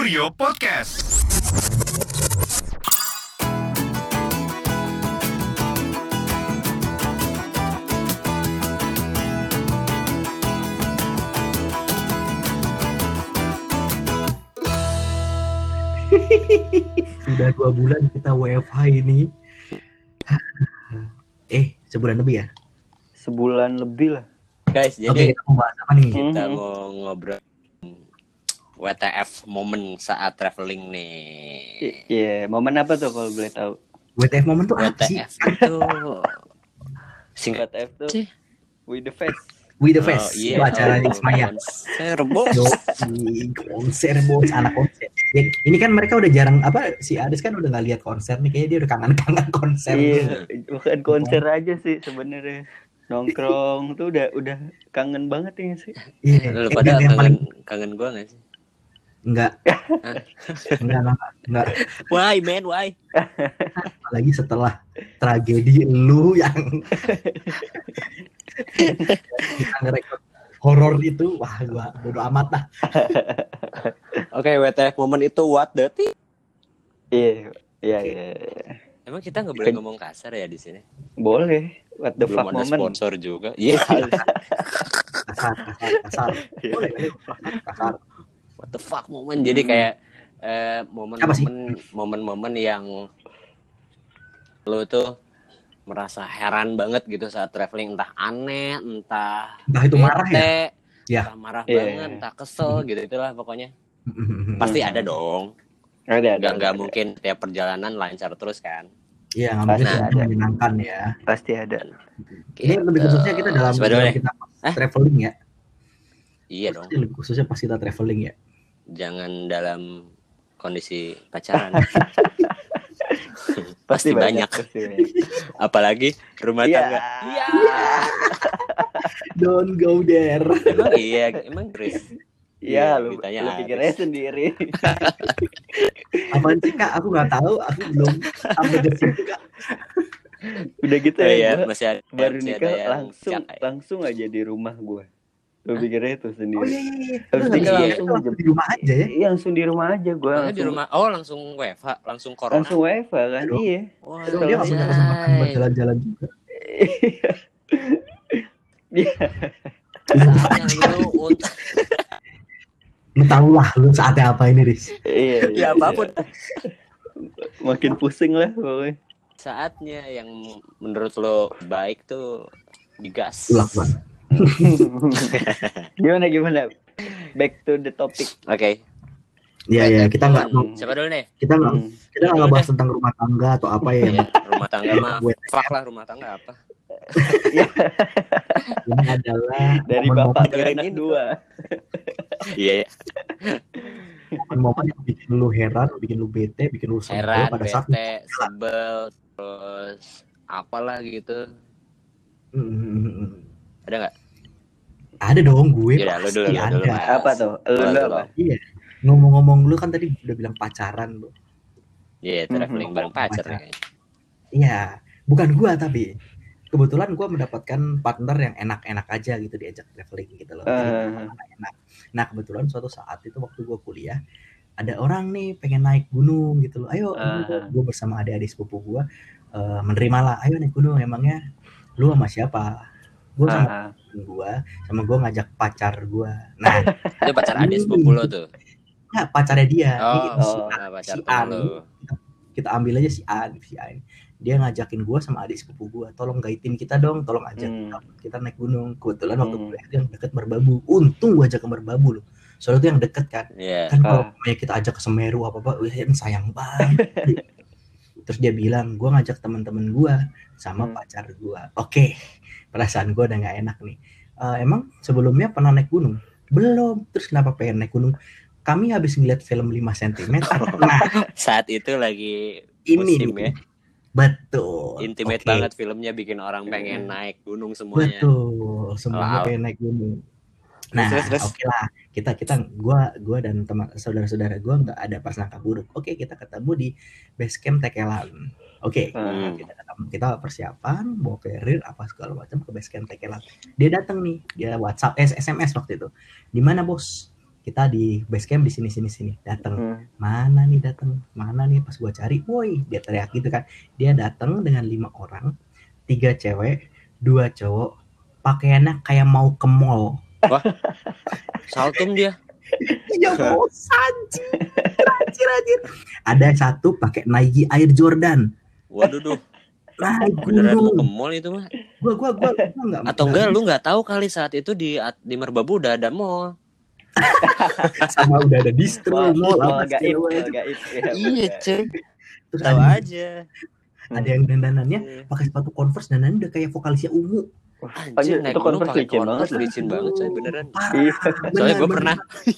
Kurio Podcast. Sudah 2 bulan kita WFH ini. Sebulan lebih ya? Sebulan lebih lah. Guys, Oke, jadi kita mau bahas apa nih? kita mau ngobrol WTF momen saat traveling nih. Iya, momen apa tuh kalau boleh tahu? WTF moment tuh apa sih? WTF itu singkat WTF tuh sih. with the face. With the Fest, itu acara di Ismaya. Konser bos. Konser bos, anak konser. Ya, ini kan mereka udah jarang si Ades kan udah nggak lihat konser nih, kayaknya dia udah kangen konser. Iya, bukan konser aja sih sebenarnya. Nongkrong tuh udah kangen banget ya sih. Iya, Lu pada yang paling kangen gua enggak sih? enggak. Why man, why? Apalagi setelah tragedi lu yang kita ngerekord horor itu, wah gua bodo amat lah. Oke, WTF momen itu what the thing? Iya. Emang kita nggak boleh ngomong kasar ya di sini? Boleh. What the Belum fuck ada moment. sponsor juga. Iya. Kasar. Boleh, kasar. What the fuck momen. Jadi kayak Apa sih? momen-momen yang lu tuh merasa heran banget gitu saat traveling, entah aneh, entah Itu marah ya? Ya. entah marah Iya. banget, entah kesel gitu, itulah pokoknya. Pasti ada dong. Ada. Nggak mungkin tiap perjalanan lancar terus kan. Iya, nggak mungkin Pasti semuanya ada. menyenangkan ya. Pasti ada. Ini lebih khususnya kita dalam Sebenarnya. kita traveling ya. Iya dong. Lebih khususnya pas kita traveling ya. Jangan dalam kondisi pacaran. Pasti banyak. Pasti banyak. Apalagi rumah Iya. tangga. Iya. Don't go there. Emang Chris. Iya, Iya, lu ditanya pikirnya Aris. sendiri. Apaan sih Kak? Aku nggak tahu. Aku belum sampai ke situ Kak. Udah gitu Oh, ya. iya, Gua masih ada baru masih nikah ada yang langsung aja di rumah gue. Lu pikirnya itu Oh sendiri. iya. Habis Lu nikah iya. langsung langsung di rumah aja ya. Iya, langsung di rumah aja gue. Makanya di rumah. Oh, langsung WFH, langsung corona. Langsung WFH kan? Aduh. Iya. Wah, Terus dia nggak punya kesempatan buat jalan-jalan juga. Iya. saatnya lu untuk Lu tau lah lu saatnya apa ini Riz. Iya. ya apapun. Makin pusing lah pokoknya. Saatnya yang menurut lo baik tuh digas. Ulak banget. Gimana? Back to the topic. Oke. Iya, kita nggak mau Siapa dulu nih? kita nggak ngebahas tentang rumah tangga atau apa ya. Iya, rumah tangga mah. WTF. Fuck lah rumah tangga apa? Ini adalah Dari momen-momen bapak ke anak dua. Iya. momen yang bikin lu heran, bikin lu bete, bikin lu sebel Heran, pada saat bete, sebel, terus apalah gitu. Ada nggak? ada dong gue Yaudah, lu pasti dulu, lu ada. dulu, Mas. Apa tuh? Lu Lu apa? Iya. Ngomong-ngomong lu kan tadi udah bilang pacaran lu. Iya, traveling bareng pacar Pacar. kayaknya. Iya, bukan gua tapi kebetulan gua mendapatkan partner yang enak-enak aja gitu diajak traveling gitu loh. Jadi enak. Nah, kebetulan suatu saat itu waktu gua kuliah ada orang nih pengen naik gunung gitu loh. Ayo, gua bersama adik-adik sepupu gua menerima lah. Ayo naik gunung, emangnya lu sama siapa? Gua sama sama gua ngajak pacar gua. Nah, Itu pacar adik sepupu lo tuh. enggak pacarnya dia. Pacar si temen A lo. nih. Kita ambil aja si A ini. Dia ngajakin gue sama adik sepupu gue, tolong gaitin kita dong, tolong ajak kita naik gunung. Kebetulan waktu kuliah itu yang deket Merbabu. Untung gue ajak ke Merbabu loh. Soalnya itu yang deket kan. Iya. Kan kalau kita ajak ke Semeru apa-apa, sayang banget. Terus dia bilang, gue ngajak teman-teman gue sama pacar gue. Oke, perasaan gue udah gak enak nih. Emang sebelumnya pernah naik gunung? Belum. Terus kenapa pengen naik gunung? Kami habis ngeliat film 5 cm. Nah, Saat itu lagi ini musim nih. ya. Betul. Intimate Oke. banget filmnya, bikin orang pengen naik gunung semuanya. Betul. Semuanya Wow. pengen naik gunung. Nah, Terus. oke lah. Kita gua dan teman saudara-saudara gua nggak ada prasangka buruk. Oke, kita ketemu di base camp Tekelan. Oke, kita persiapan bawa carrier apa segala macam ke base camp Tekelan. Dia datang nih, dia WhatsApp SMS waktu itu. Di mana bos? kita di base camp di sini datang. Mana nih pas gua cari, woi dia teriak gitu kan. Dia datang dengan 5 orang, 3 cewek 2 cowok, pakaiannya kayak mau ke mall. Wah, saltum dia. Ya bos, anjir. Ada satu pakai Nike Air Jordan. Waduh duh. Naik Beneran lu ke gunung. mall itu mah? Gua enggak. Atau enggak lu enggak tahu kali saat itu di Merbabu udah ada mall. Sama udah ada distro, mall gaib. Iya, cuy. Terus Tahu aja. Ada yang dandanannya pakai sepatu Converse, dandanannya udah kayak vokalisnya Ungu. Anjir, naik gunung pakai Converse licin banget, coy, beneran. Soalnya gue pernah.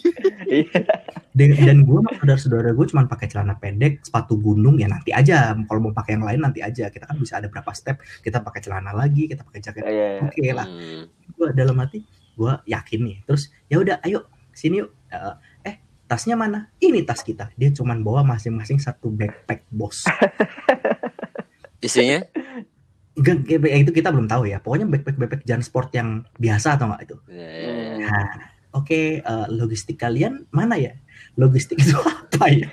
Dan gue sama saudara-saudara gue cuma pakai celana pendek, sepatu gunung ya nanti aja. Kalau mau pakai yang lain nanti aja. Kita kan bisa ada berapa step. Kita pakai celana lagi, kita pakai jaket. Oke lah. Gue dalam hati, gue yakin nih. Terus ya udah, ayo sini yuk. Tasnya mana? Ini tas kita. Dia cuma bawa masing-masing satu backpack bos. Isinya? Itu kita belum tahu ya. Pokoknya backpack Jansport yang biasa atau enggak itu. Nah, oke, logistik kalian mana ya? Logistik itu apa ya?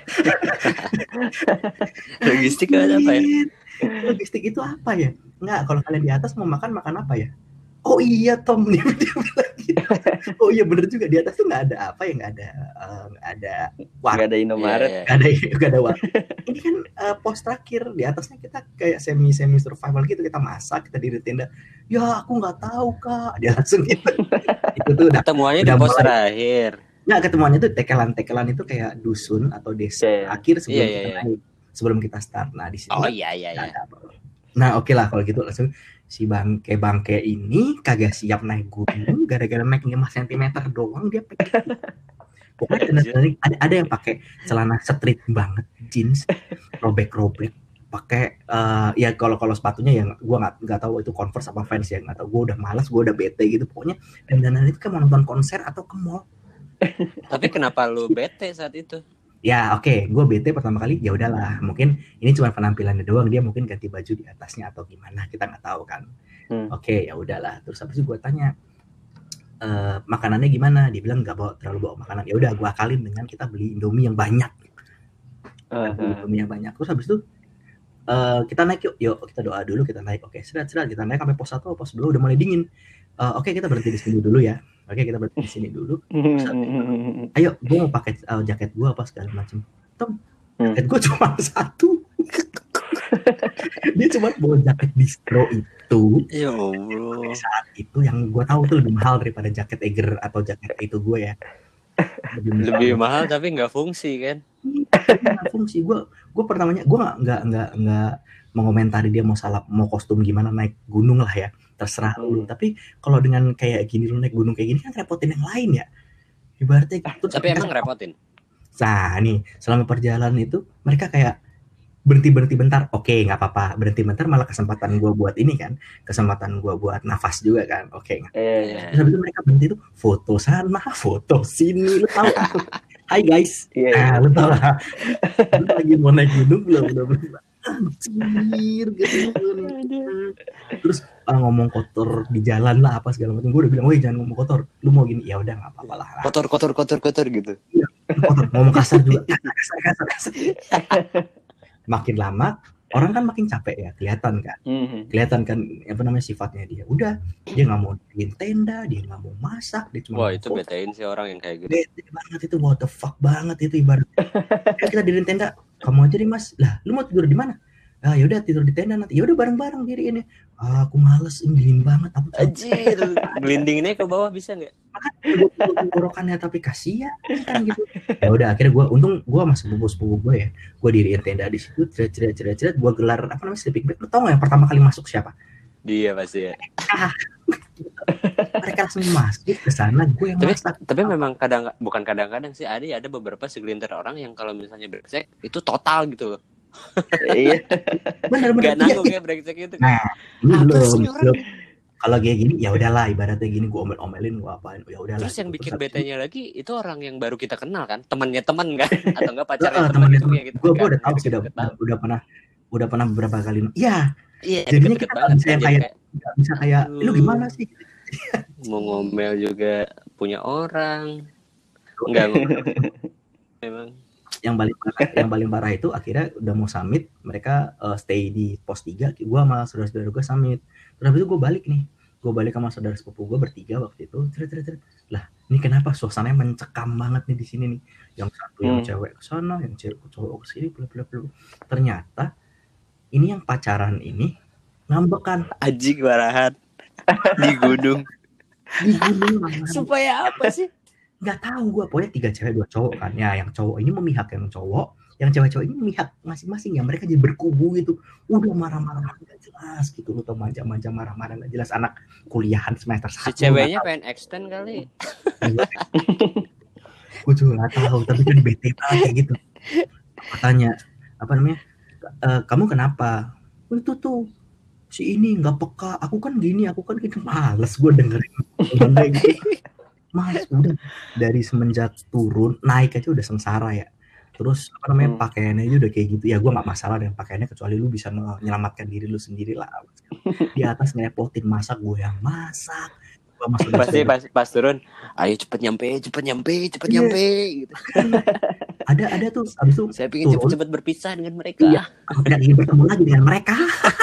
Logistik ada apa ya? Logistik itu apa ya? Enggak, kalau kalian di atas mau makan apa ya? Oh iya Tom, dia bilang gitu. Oh iya bener juga, di atas tuh nggak ada apa ya, nggak ada nggak ada Indomaret, nggak ada warung. Ini kan pos terakhir, di atasnya kita kayak semi survival gitu, kita masak, kita diri tenda. Ya aku nggak tahu kak, dia langsung gitu. Itu tuh ketemuannya di pos terakhir. Nggak, ketemuannya tuh tekelan itu kayak dusun atau desa akhir sebelum kita naik, sebelum kita start. Nah di sini. Oh iya. Nah oke lah kalau gitu, langsung si bangke ini kagak siap naik gunung gara-gara naik 5 cm doang dia pakai. Pokoknya ada yang pakai celana street banget, jeans robek-robek, pakai ya kalau sepatunya yang gue nggak tahu itu Converse apa Vans ya, nggak tahu, gue udah malas, gue udah bete gitu pokoknya. Dan itu kan mau nonton konser atau ke mall. Tapi kenapa lu bete saat itu? Ya oke, gue bete pertama kali, ya udahlah, mungkin ini cuma penampilannya doang, dia mungkin ganti baju di atasnya atau gimana, kita nggak tahu kan. Oke, ya udahlah. Terus habis itu gue tanya makanannya gimana, dia bilang nggak terlalu bawa makanan. Ya udah, gue akalin dengan kita beli Indomie yang banyak. Terus habis itu kita naik yuk kita doa dulu, kita naik. Oke, serat kita naik sampai pos 1 pos 2 udah mulai dingin. Oke, kita berhenti di sini dulu ya. Ayo, gue mau pakai jaket gue apa segala macam. Tom, jaket gue cuma satu. Dia cuma bawa jaket distro itu. Ya Allah. Saat itu yang gue tahu tuh lebih mahal daripada jaket Eiger atau jaket itu gue ya. Lebih mahal tapi nggak fungsi kan? Nggak fungsi. Gue pertamanya gue nggak mengomentari dia mau kostum gimana naik gunung lah ya. Terserah lu. Tapi kalau dengan kayak gini lu naik gunung kayak gini kan repotin yang lain ya. Ibaratnya gitu. Tapi emang repotin. Nah nih, selama perjalanan itu mereka kayak berhenti bentar. Oke, nggak apa-apa. Berhenti bentar malah kesempatan gue buat ini kan. Kesempatan gue buat nafas juga kan. Oke. Terus habis itu mereka berhenti tuh foto sana, foto sini. Lu tahu? Hai guys. Nah, lu tahu lah. Lu lagi mau naik gunung belum? Anjir gitu. Terus ngomong kotor di jalan lah apa segala macam. Gue udah bilang, "Woi, jangan ngomong kotor. Lu mau gini, ya udah enggak apa-apa lah." Kotor gitu. Iya, kotor. Ngomong kasar juga. Kasar. Makin lama orang kan makin capek ya, kelihatan kan apa namanya sifatnya dia. Udah, dia enggak mau bikin tenda, dia enggak mau masak, dia cuma. Wah, itu betain sih orang yang kayak gitu. Bete banget itu, what the fuck banget itu ibarat. Kita diriin tenda, kamu aja deh Mas. Lah, lu mau tidur di mana? Ah, yaudah tidur di tenda nanti. Yaudah bareng-bareng diri ini. Aku males, ini dingin banget. Anjir, gelindingnya ke bawah bisa nggak? Makanya gue tenggorokannya tapi kasihan kan gitu. Ya udah akhirnya gue sama sepupu gue ya. Gue diriin tenda di situ, ceret. Gue gelar apa namanya sleeping bag. Lu tau nggak yang pertama kali masuk siapa? Dia pasti ya. Mereka langsung masuk ke sana, gue yang masak. Tapi memang bukan kadang-kadang sih ada beberapa segelintir orang yang kalau misalnya brengsek itu total gitu loh. Iya. Bener. Gak nanggung ya brengsek itu. Nah, ini belum. Kalau kayak gini ya udahlah, ibaratnya gini gue omelin gue apain, ya udahlah. Terus yang bikin betenya lagi itu orang yang baru kita kenal kan, temannya teman kan, atau enggak pacarnya teman gitu ya gitu. Gue udah tahu sih, udah pernah beberapa kali. Iya. Jadinya kita bisa kayak lu gimana sih? Mau ngomel juga punya orang. Enggak. Memang. Yang paling parah itu akhirnya udah mau summit, mereka stay di pos 3, gue sama saudara-saudara gue summit. Terus habis itu gue balik sama saudara sepupu gue bertiga waktu itu. Lah, ini kenapa suasananya mencekam banget nih di sini nih? Yang satu yang cewek ke sana, yang cowok ke sini, bla. Ternyata ini yang pacaran ini ngambekan. Anjing marahan di gunung. Supaya apa sih? Nggak tahu gue, pokoknya 3 cewek 2 cowok kan ya. Yang cowok ini memihak yang cowok, yang cewek-cewek ini memihak masing-masing ya. Mereka jadi berkubu gitu, udah marah-marah nggak jelas gitu, lu tau, manja-manja marah-marah nggak jelas, anak kuliahan semester 1. Si ceweknya pengen extend kali. Gue juga nggak tahu, tapi jadi bete banget kayak gitu. Tanya kamu kenapa? Itu tuh si ini nggak peka, aku kan gini, males gue dengerin gitu. Males, udah dari semenjak turun naik aja udah sengsara ya. Terus pakaiannya aja udah kayak gitu ya. Gue nggak masalah dengan pakaiannya, kecuali lu bisa menyelamatkan diri lu sendiri lah. Di atas ngerepotin masak, gue yang masak. Pasti pas turun, ayo cepet nyampe gitu. Ada tuh, abis itu saya pengen cepet berpisah dengan mereka. Iya, aku tidak ingin bertemu lagi dengan mereka.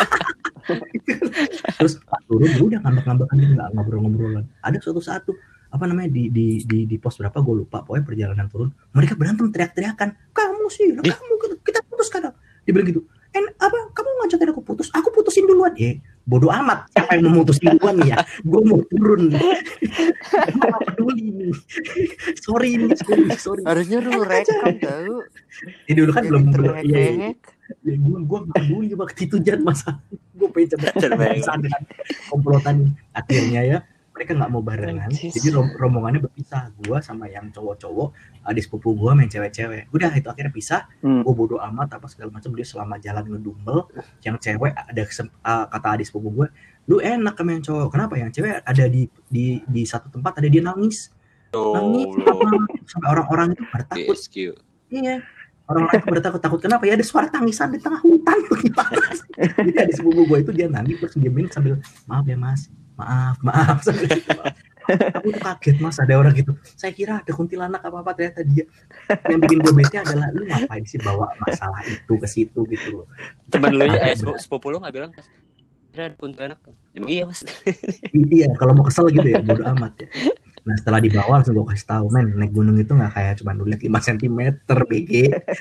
Terus pas turun gue udah ngambek-ngambekan gitu, nggak ngobrol-ngobrolan. Ada suatu saat tuh di pos berapa gue lupa, pokoknya perjalanan turun mereka berantem teriak-teriakan, kamu sih, kamu, kita putus kan, dia bilang gitu, kamu ngajakin aku putusin duluan. Bodoh amat siapa yang memutusin duluan ya, gue mau turun. Gue gak peduli nih. Sorry harusnya lu rekam tahu. Dulu kan belum iya. Gue gak peduli waktu itu, jangan masalah. Gue pengen coba dengan komplotan. Akhirnya ya mereka nggak mau barengan, jadi rombongannya berpisah. Gue sama yang cowok-cowok, adik sepupu gue main cewek-cewek. Udah itu akhirnya pisah. Gue bodo amat apa segala macam. Dia selama jalan ngedumbel. Yang cewek ada kata adik sepupu gue, lu enak sama yang cowok. Kenapa? Yang cewek ada di satu tempat, ada dia nangis sampai orang-orang itu pada takut. Iya, orang-orang itu pada takut. Kenapa? Ya ada suara tangisan di tengah hutan. Jadi adik sepupu gue itu dia nangis terus dia sambil maaf ya mas. Maaf. Aku tuh kaget mas, ada orang gitu. Saya kira ada kuntilanak apa ternyata dia. Yang bikin gue bete adalah lu ngapain sih bawa masalah itu ke situ gitu. Temen lu sepupu lu nggak bilang ada kuntilanak? Iya mas. Iya, kalau mau kesel gitu ya bodo amat ya. Nah setelah dibawa langsung gue kasih tahu, men, naik gunung itu nggak kayak cuma lu lihat 5 cm BG.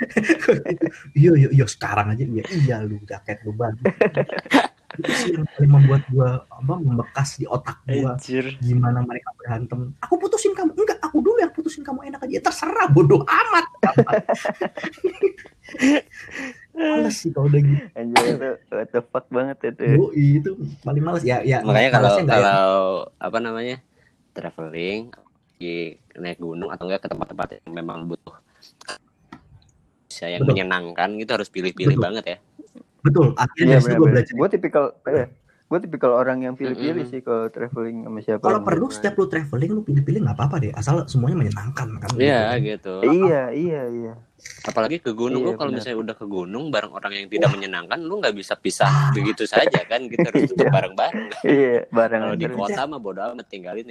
Iya sekarang aja iya lu jaket lu bagus. Itu sih yang paling membuat gue membekas di otak gue. Gimana mereka berantem, aku putusin kamu, enggak, aku dulu yang putusin kamu, enak aja, terserah, bodoh amat. Males sih kalau udah gitu. Anjir, itu what the fuck banget itu. Itu paling males ya. Makanya kalau traveling naik gunung atau enggak ke tempat-tempat yang memang butuh yang menyenangkan gitu, harus pilih-pilih banget ya. Betul, akhirnya dari situ gue belajar. Gue tipikal orang yang pilih-pilih sih kalau traveling sama siapa. Kalau perlu setiap lu traveling lu pilih-pilih nggak apa-apa deh, asal semuanya menyenangkan kan. Iya gitu. Iya. Apalagi ke gunung, lu kalau misalnya udah ke gunung bareng orang yang tidak menyenangkan, lu nggak bisa pisah begitu saja kan, gitu harus tetap bareng-bareng. Iya, bareng. Kalau di kota mah bodo amat, tinggal.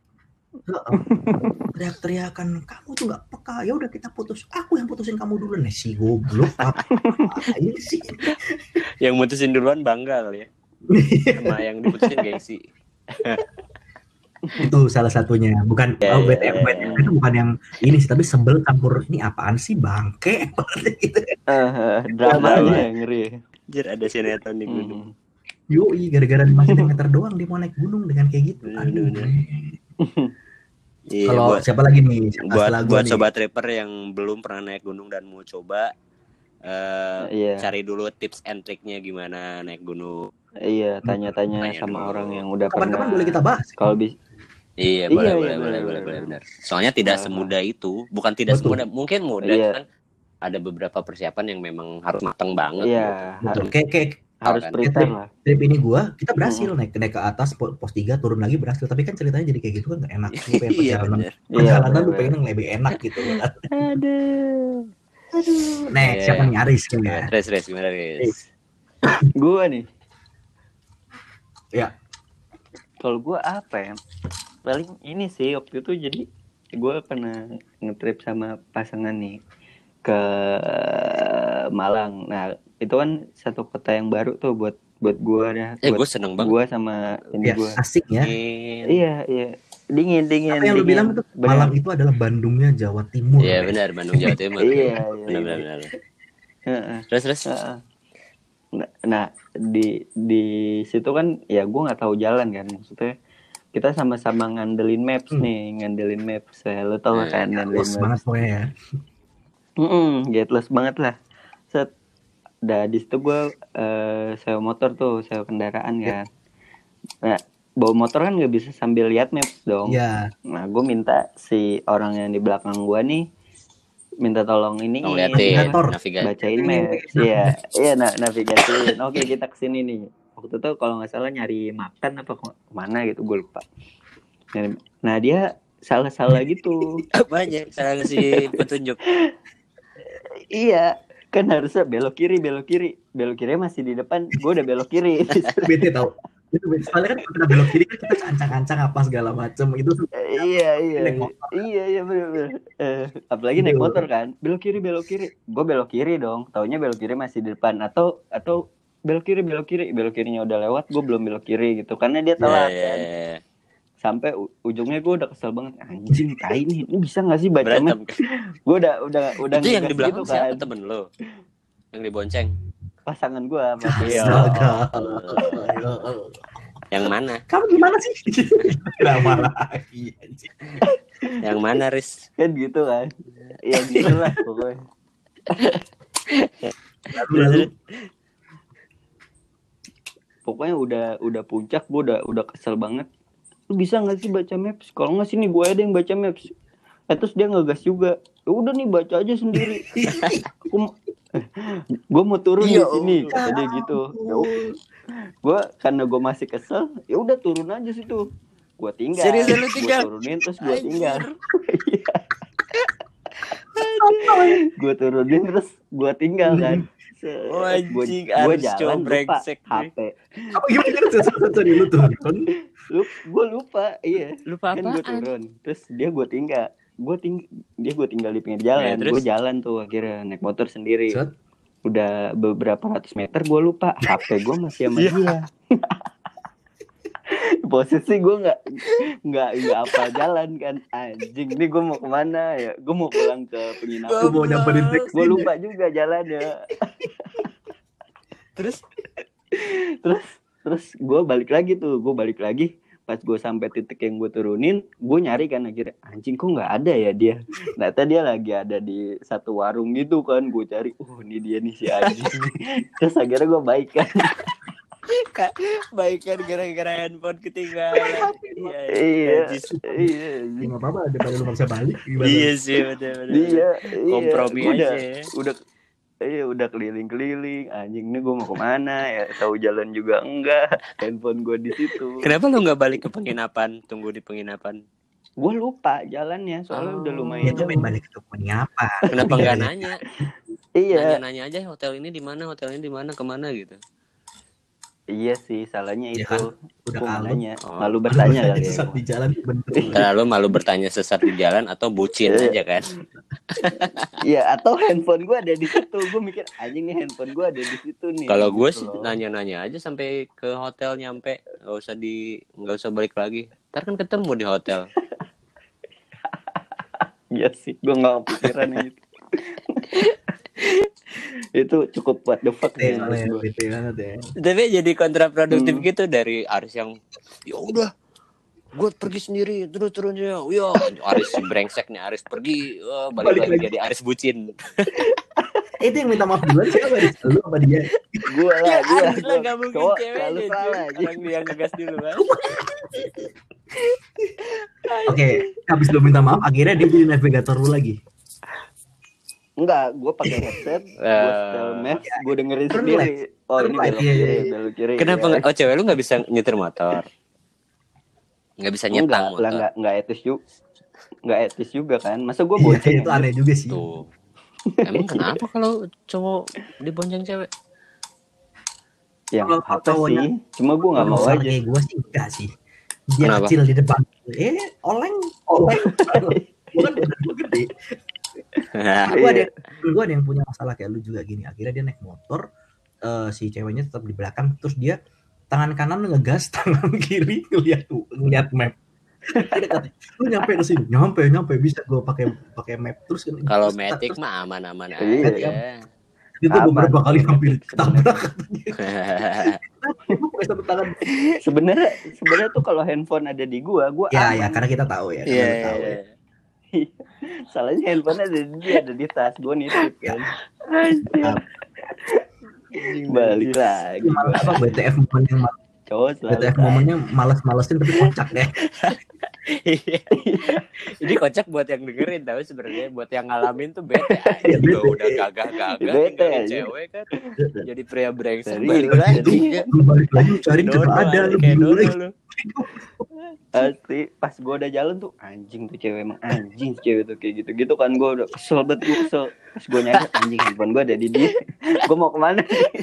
Teriak-teriakan, kamu tuh nggak peka, ya udah kita putus, aku yang putusin kamu dulu nih, si goblok. Ini sih yang mutusin duluan bangga kali ya, sama yang diputusin gengsi. Itu salah satunya, bukan BTM itu bukan yang ini sih, tapi sebel campur ini apaan sih bangke gitu. Dramanya ngeri. Anjir, ada sinetron di gunung. Yoi, gara-gara 5 cm doang dia mau naik gunung dengan kayak gitu. Aduh. Iya, kalau siapa lagi nih? Buat sobat tripper yang belum pernah naik gunung dan mau coba, cari dulu tips and triknya gimana naik gunung. Iya, tanya-tanya sama dulu. Orang yang udah kapan-kapan boleh kita bahas. Kalau bisa. Iya, boleh benar. Soalnya tidak semudah itu, bukan tidak semudah, mungkin mudah kan. Ada beberapa persiapan yang memang harus matang banget. Iya, betul. Kayak harus prepare lah. Trip ini kita berhasil naik ke atas pos 3 turun lagi berhasil, tapi kan ceritanya jadi kayak gitu kan nggak enak. Lu pengen perjalanan lu pengen yang lebih enak gitu kan. Aduh. Next siapa nih? Aris kan ya. Res gimana guys? Gua nih. Ya. Kalau gua apa ya? Paling ini sih waktu itu jadi gue pernah ngetrip sama pasangan nih ke Malang. Nah itu kan satu kota yang baru tuh buat gue ya. Gue seneng banget. Gue sama ini Ya, gue. asik ya. Iya. Dingin. Apa yang lu bilang itu Malang itu adalah Bandungnya Jawa Timur. Iya benar, Bandung Jawa Timur. Iya. Benar. Terus. Nah di situ kan ya gue nggak tahu jalan kan, maksudnya kita sama-sama ngandelin maps nih, lo tau kan ngandelin maps banget pokoknya ya. Getless banget lah. Set, di situ gue sewa motor tuh, sewa kendaraan kan. Nah bawa motor kan nggak bisa sambil lihat maps dong. Iya. Nah gue minta si orang yang di belakang gue nih minta tolong ini navigasi, bacain maps. Iya navigasi. Oke kita kesini nih. Waktu itu kalau nggak salah nyari makan apa kemana gitu, gue lupa. Nah dia salah gitu. Banyak salah ngasih petunjuk. Iya kan harusnya belok kiri masih di depan, gue udah belok kiri. Bete tau. Itu soalnya kan kita belok kiri kan kita ancang-ancang apa segala macem itu. Iya bener. Apalagi naik motor kan, belok kiri. Gue belok kiri dong. Taunya belok kiri masih di depan atau belok kirinya udah lewat, gue belum belok kiri gitu. Karena dia telat kan. Sampai ujungnya gue udah kesel banget, anjing tai nih, lu bisa nggak sih baca map? Gue udah itu yang di belakang gitu, siapa temen lo yang dibonceng? Pasangan gue. Yang mana? Kamu gimana sih? Lama lagi. Yang mana, Riz? Kan gitu kan. Ya gitu lah pokoknya. Pokoknya udah puncak, gue udah kesel banget. Lu bisa nggak sih baca maps? Kalau nggak sini gue ada yang baca maps. Terus dia ngegas juga. Udah nih baca aja sendiri. Gue mau turun di sini, dia gitu. Gue karena gue masih kesel, ya udah turun aja situ. Gue tinggal. Gue turunin terus gue tinggal. Gue turunin terus gue tinggal kan. Gue jalan lupa HP. Apa gimana lu turun? Gue lupa, iya. Lupa kan gue turun, terus dia gue tinggal. Gue tinggal di pinggir jalan. Gue jalan tuh akhirnya naik motor sendiri. Udah beberapa ratus meter gue lupa HP gue masih sama dia. Posisi gue nggak apa jalan kan, anjing ini gue mau kemana ya, gue mau pulang ke penginapan, gue mau nyamperin taksi, gue lupa juga jalannya. terus gue balik lagi pas gue sampai titik yang gue turunin, gue nyari kan akhirnya, anjing kok nggak ada ya dia. Ternyata dia lagi ada di satu warung gitu kan, gue cari, ini dia nih si anjing. Terus akhirnya gue baikan gara-gara handphone ketinggalan. Iya. Nggak apa-apa, daripada lu bisa balik. Iya sih, betul. Iya. Kompromi aja. Udah keliling-keliling, anjing ini gue mau kemana ya, tahu jalan juga enggak, handphone gue di situ. Kenapa lu nggak balik ke penginapan, tunggu di penginapan? Gue lupa jalannya, soalnya udah lumayan. Itu main balik ke penginapan. Kenapa nggak nanya? Iya. Nanya aja hotel ini di mana, kemana gitu. Iya sih, salahnya itu. Ya kan? Udah nanya, malu bertanya kali ya. Sesat di jalan bener. Terlalu malu bertanya sesat di jalan atau bucin aja kan? Iya, atau handphone gue ada di situ. Gue mikir anjing nih handphone gue ada di situ nih. Kalau gue sih nanya-nanya aja sampai ke hotel nyampe, nggak usah balik lagi. Ntar kan ketemu di hotel. Iya sih, gue nggak kepikiran itu. Itu cukup what the fuck ya. Tapi jadi kontraproduktif gitu dari Aris yang ya udah gue pergi sendiri terus-terusnya. Ya Aris brengsek nih, Aris pergi balik lagi jadi Aris bucin. Itu yang minta maaf duluan siapa? Lu apa dia? Gue lah. Gak mungkin cewek salah orang dia ngegas dulu kan. Oke, habis lu minta maaf akhirnya dia jadi navigator lu lagi. Enggak, gue pakai headset, gue setel maps, gue dengerin sendiri. Oh ini belok kiri. Kenapa? Ya. Oh cewek lu nggak bisa nyetir motor? Nggak bisa nyetang motor? Nggak etis juga kan? Masa gue bonceng? Itu aneh juga sih. Tuh. Emang kenapa kalau cowok dibonceng cewek? Ya apa sih? Cuma gue nggak mau aja. Gue sih enggak sih. Dia kenapa? Kecil di depan. Oleng. Gua kan badan gua gede. Gua ada yang punya masalah kayak lu juga gini. Akhirnya dia naik motor, si ceweknya tetap di belakang, terus dia tangan kanan ngegas, tangan kiri ngeliat map. Lu nyampe ke sini, nyampe bisa gue pakai map terus. Kalau Matic mah aman-aman aja. Itu beberapa kali hampir ketabrak. Sebenarnya tuh kalau handphone ada di gua ya karena kita tahu ya. Salahnya handphone ada di tas gua nitip kan. Balik lagi. Apa BTF momen yang BTF momennya malas-malasin tapi kocak deh. Jadi kocak buat yang dengerin, tapi sebenarnya buat yang ngalamin tuh bete aja. Juga udah gagah-gagah tinggalin cewek kan. Jadi pria brengsek balik lagi cari juga ada lu. Asli pas gue udah jalan tuh anjing tuh cewek, emang anjing cewek tuh kayak gitu kan. Gue udah kesel banget, pas gue nyadar anjing handphone gue ada di dia. Gue mau kemana?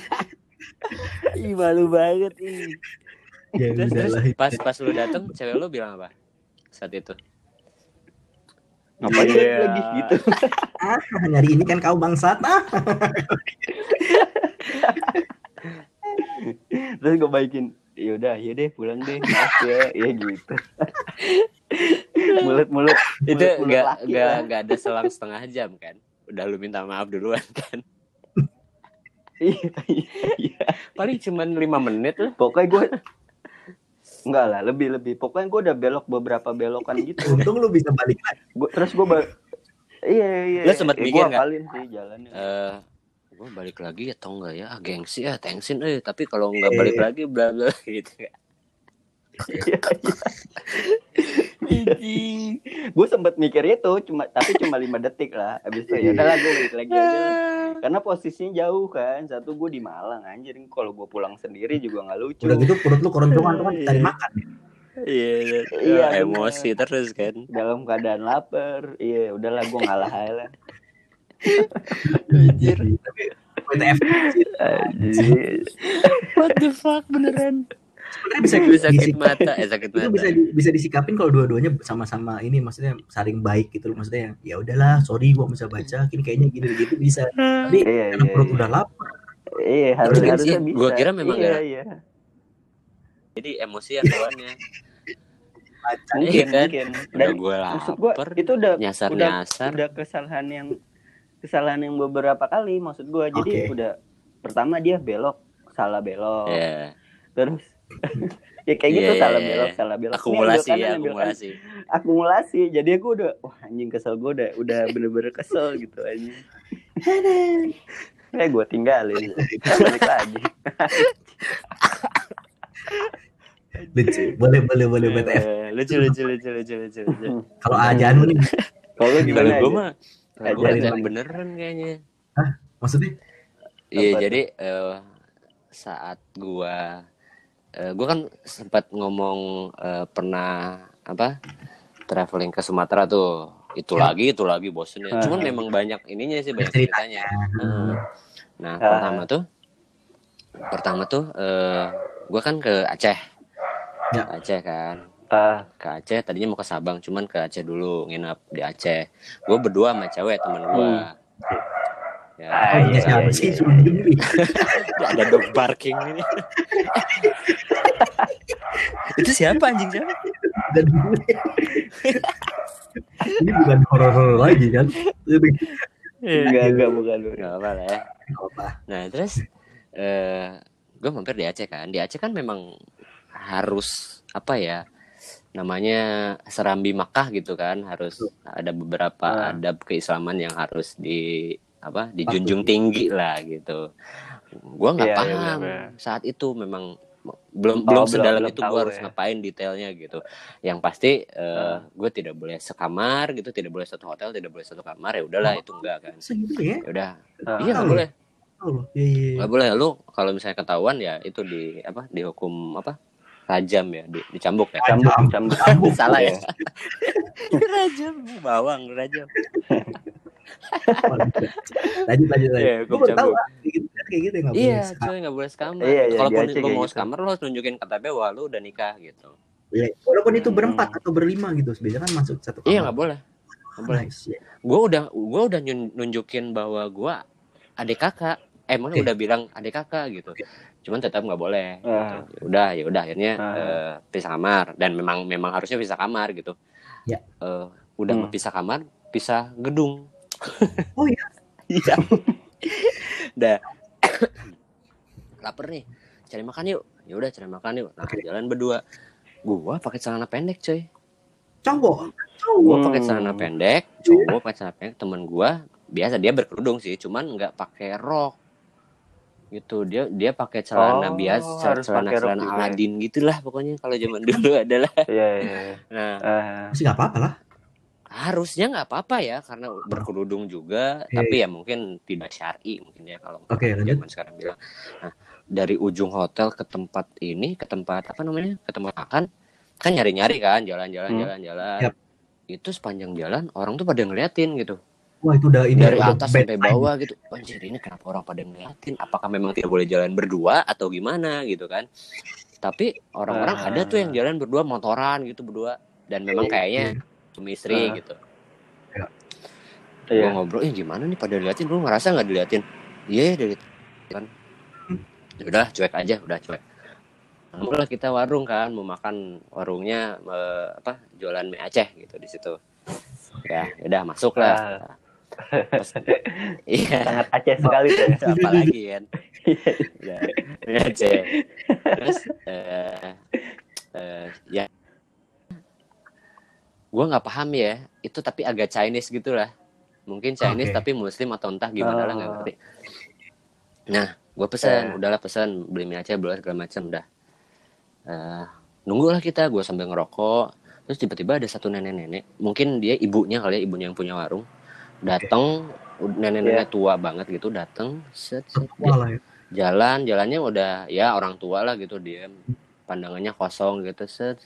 Ih malu banget ih. Ya, terus pas lu dateng cewek lu bilang apa saat itu? Ngapain lagi gitu? Nyari ini kan kau bangsat. Terus gue baikin, yaudah deh pulang deh, maaf ya gitu. Mulut itu nggak ada selang setengah jam kan? Udah lu minta maaf duluan kan? Iya. Paling cuman 5 menit lah. Pokoknya gue enggak lah, lebih. Pokoknya gue udah belok beberapa belokan gitu. Untung lu bisa balik lagi. Terus gue Iya. Lu sempat mikir enggak? Gue sih jalannya. Gue balik lagi atau enggak ya? Gengsi ya, thanksin tapi kalau enggak balik lagi bla bla gitu kan. Gue sempat mikir itu cuma 5 detik lah. Abis itu ya udahlah gue balik lagi aja lah. Karena posisinya jauh kan. Satu gue di Malang anjir. Kalau gue pulang sendiri juga nggak lucu. Udah gitu perut lu keroncongan tuh kan cari makan. Iya, emosi terus kan. Dalam keadaan lapar. Iya, udahlah gue ngalah aja lah. Anjir. Tapi anjir. What the fuck beneran? Sebenarnya bisa sakit mata. Itu bisa disikapin kalau dua-duanya sama-sama ini, maksudnya saling baik gitu loh. Maksudnya ya udahlah, sorry gua bisa baca, kayaknya gini-gitu bisa. Tapi karena perut udah lapar. Iya, harusnya bisa. Gua kira memang iya. Jadi emosi yang keluarnya. Mungkin. Udah gue lapar. Itu udah nyasar. Udah kesalahan yang beberapa kali maksud gue. Jadi udah pertama dia salah belok. Yeah. Terus ya kayak gitu salah belok. Akumulasi. Jadi gue udah anjing kesel, gue udah bener-bener kesel gitu anjing. Gue tinggalin. Balik lagi. Lucu. Boleh BTF. Lucu. Kalau Ajanu nih. Kalau gimana? Gue mah Ajaran beneran kayaknya. Hah? Maksudnya? Iya, jadi saat gue kan sempat ngomong pernah traveling ke Sumatera tuh. Itu lagi bosen ya. Cuman memang banyak ininya sih, banyak ceritanya. Nah, pertama tuh gue kan ke Aceh. Ya. Aceh kan. Ke Aceh tadinya mau ke Sabang, cuman ke Aceh dulu, nginap di Aceh. Gue berdua sama cewek temen gue. Siapa sih? Ada dog barking ini. Itu siapa anjing siapa? Ini bukan horor lagi kan? Enggak bukan. Enggak apa lah ya. Nah, terus gue mampir di Aceh kan. Di Aceh kan memang harus namanya Serambi Makkah gitu kan, harus ada beberapa adab keislaman yang harus dijunjung tinggi lah gitu. Gua nggak paham saat itu, memang belum sedalam itu gue harus ngapain detailnya gitu. Yang pasti gue tidak boleh sekamar gitu, tidak boleh satu hotel, tidak boleh satu kamar, ya udahlah itu enggak kan. Ya udah iya nggak boleh. Nggak boleh. Lu kalau misalnya ketahuan ya itu dihukum rajam ya, dicambuk ya. Cambuk. Salah ya. Rajam, bawang rajam. Lanjut. Gue tahu kayak gitu nggak boleh. Iya, cuy nggak boleh sekamar. Kalaupun lu mau sekamar lu harus nunjukin KTP bahwa lu udah nikah gitu. Iya. Walaupun itu berempat atau berlima gitu, biasanya kan masuk satu kamar. Iya nggak boleh. Nice. Gue udah nunjukin bahwa gue adik kakak, emang udah bilang adik kakak gitu, cuman tetap nggak boleh. Gitu. Ya udah akhirnya pisah kamar, dan memang harusnya pisah kamar gitu. Ya. Udah pisah kamar, pisah gedung. Oh iya. Iya. Udah lapar nih, cari makan yuk. Ya udah cari makan yuk. Nah, jalan berdua. Gua pakai celana pendek, coy. Cowok. Gua pakai celana pendek, cowok pakai celana pendek. Temen gua biasa dia berkerudung sih, cuman nggak pakai rok. Gitu. Dia pakai celana biasa, celana Aladin gitulah pokoknya kalau zaman dulu adalah. Iya. Nah, masih nggak apa-apa lah. Harusnya nggak apa-apa ya, karena berkerudung juga, tapi ya mungkin tidak syar'i mungkin ya kalau zaman sekarang bilang. Nah, dari ujung hotel ke tempat apa namanya, ke tempat makan, kan nyari-nyari kan, jalan. Yep. Itu sepanjang jalan orang tuh pada ngeliatin gitu. Wah, itu udah ini dari atas sampai bawah gitu. Anjir, ini kenapa orang pada ngeliatin? Apakah memang tidak boleh jalan berdua atau gimana gitu kan? Tapi orang-orang ada tuh yang jalan berdua, motoran gitu berdua, dan memang kayaknya suami istri gitu. Gue ngobrol, gimana nih pada liatin? Lu ngerasa nggak diliatin? Iya, diliatin kan. Udah cuek aja, udah cuek. Mulai kita warung kan, mau makan warungnya jualan mie Aceh gitu di situ. Ya, udah masuk lah. Iya, sangat Aceh sekali tuh. Apalagi kan. Ya, mie Aceh. Terus ya gue nggak paham ya, itu tapi agak Chinese gitulah, mungkin Chinese tapi Muslim atau entah gimana lah, nggak ngerti. Nah, gue pesan, udahlah pesan beli mie Aceh, beli segala macam, udah. Nunggulah kita, gue sambil ngerokok. Terus tiba-tiba ada satu nenek-nenek, mungkin dia ibunya kali ya, ibunya yang punya warung, datang, nenek-nenek tua banget gitu, datang, jalannya udah ya orang tua lah gitu, dia pandangannya kosong gitu, set.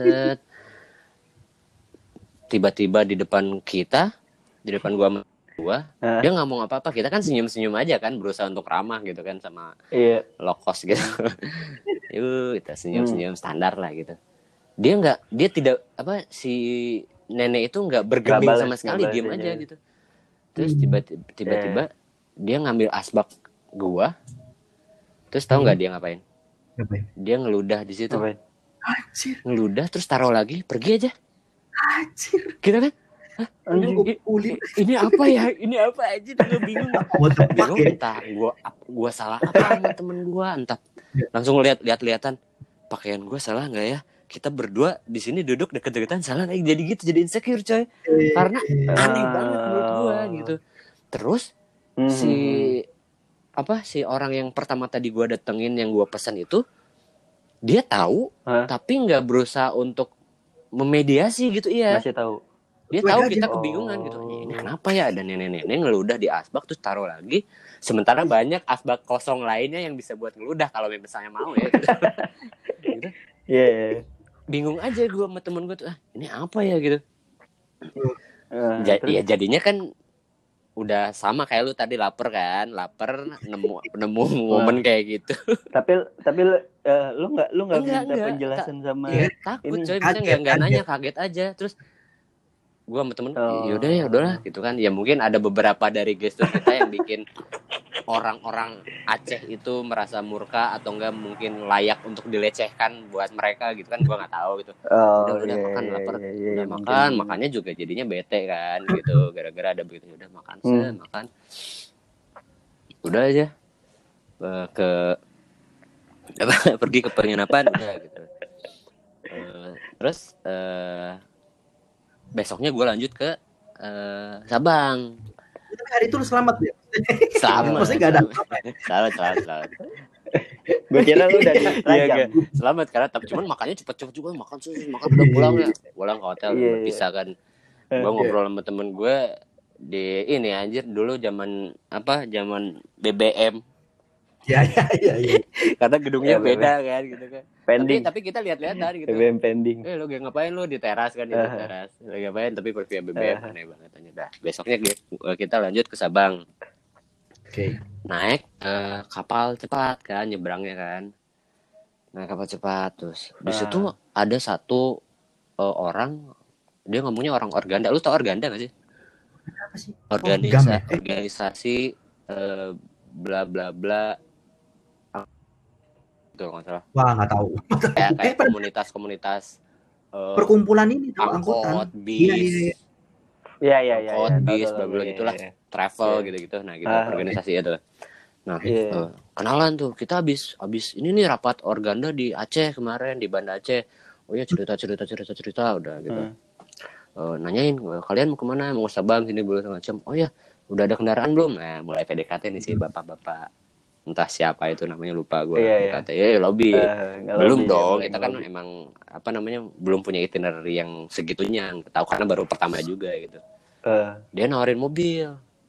Tiba-tiba di depan kita, di depan gua, dia nggak mau apa-apa, kita kan senyum-senyum aja kan, berusaha untuk ramah gitu kan sama lokos gitu. Yuk, kita senyum-senyum standar lah gitu. Dia tidak si nenek itu nggak bergeming sama sekali, diam aja gitu. Terus tiba-tiba dia ngambil asbak gua, terus tahu nggak dia ngapain? Dia ngeludah di situ. Ngeludah terus taruh lagi, pergi aja. Anjir. Kita kan? Ini apa ya? Ini apa aja? Gue bingung. Entah gue salah apa sama temen gue, entah. Langsung lihat-lihatan. Pakaian gue salah nggak ya? Kita berdua di sini duduk deket-deketan, salah nggak? Jadi gitu, jadi insecure coy. Karena aneh banget menurut gue gitu. Terus si orang yang pertama tadi gue datengin, yang gue pesan itu, dia tahu tapi nggak berusaha untuk memediasi gitu. Iya, masih tahu. Dia tahu kita kebingungan gitu. Ini kenapa ya ada nenek-nenek ngeludah di asbak terus taruh lagi, sementara banyak asbak kosong lainnya yang bisa buat ngeludah kalau misalnya mau ya gitu. Gitu. Yeah. Bingung aja gue sama temen gue tuh, ini apa ya gitu. Ya jadinya kan udah sama kayak lu tadi, lapar nemu momen kayak gitu. Tapi lu nggak minta penjelasan sama takut ini. Coy, kita nggak nanya, kaget aja. Terus gue sama temen, yaudahlah gitu kan. Ya mungkin ada beberapa dari gestur kita yang bikin orang-orang Aceh itu merasa murka atau enggak mungkin layak untuk dilecehkan buat mereka gitu kan, gue nggak tahu gitu. Udah makan, lapar, udah makan, makanya juga jadinya bete kan gitu, gara-gara ada begitu. Udah makan, makan, udah aja pergi ke penginapan udah gitu. Terus besoknya gue lanjut ke Sabang. Tapi hari itu lu selamat ya? Selamat. Maksudnya gak ada apa-apa. Selamat. Gue kira lu udah dirajam. Selamat karena tapi cuman makannya cepet-cepet juga, makan udah pulang ke hotel, berpisah kan. Gue ngobrol sama temen gue di ini, anjir dulu zaman BBM. Ya. Karena gedungnya beda kan gitu kan. Tapi kita lihat-lihatan gitu. BBM pending. Lo ngapain lo di teras kan, di teras. Lagi ngapain tapi via BBM, aneh banget aja. Dah, besoknya kita lanjut ke Sabang. Oke. Naik kapal cepat kan, nyebrangnya kan. Naik kapal cepat terus. Di situ ada satu orang, dia ngomongnya orang Organda. Lu tau Organda enggak sih? apa sih? GAM ya? Organisasi bla bla bla itu nggak salah. Wah, nggak tahu. Kayak komunitas perkumpulan ini tuh angkutan. angkot, bis. Iya. Angkot, bis, bla bla gitulah. Travel gitu-gitu. Nah, gitu organisasi itu. Nah, kenalan tuh. Kita habis ini nih rapat organda di Aceh kemarin, di Banda Aceh. Oh ya, cerita udah gitu. Nanyain kalian mau kemana, mau ke Sabang sini boleh macam. Oh ya, udah ada kendaraan belum? Nah, mulai PDKT nih sih bapak-bapak, entah siapa itu namanya, lupa gue. PDKT lobby belum lobby, dong, kita kan lobby. Emang apa namanya belum punya itinerary yang segitunya, tahu karena baru pertama juga gitu. Dia nawarin mobil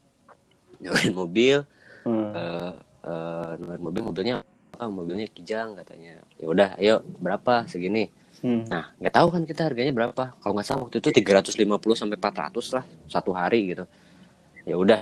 mobilnya Kijang katanya. Ya udah, ayo berapa segini. Nah, nggak tahu kan kita harganya berapa. Kalau nggak salah waktu itu 350 sampai 400 lah satu hari gitu. Ya udah.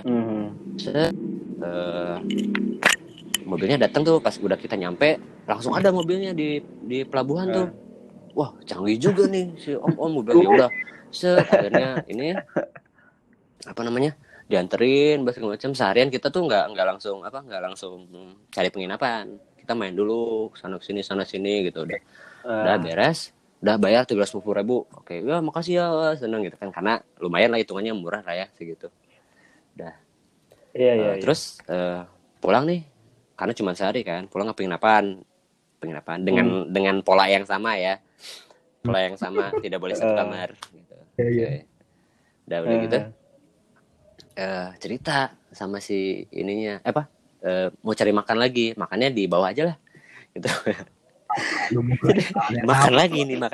Mobilnya datang tuh pas udah kita nyampe, langsung ada mobilnya di pelabuhan tuh. Wah, canggih juga nih si om mobil. Ya udah. Akhirnya ini apa namanya? Dianterin segala macam. Seharian kita tuh nggak langsung cari penginapan. Kita main dulu sana sini gitu udah beres, udah bayar 350.000. Oke, ya makasih ya, seneng gitu kan, karena lumayan lah hitungannya murah lah ya segitu. Udah. Terus pulang nih, karena cuma sehari kan, pulang ke penginapan dengan pola yang sama ya, tidak boleh satu kamar gitu. Udah gitu. Cerita sama si ininya mau cari makan lagi, makannya di bawah aja lah gitu. makan lagi nih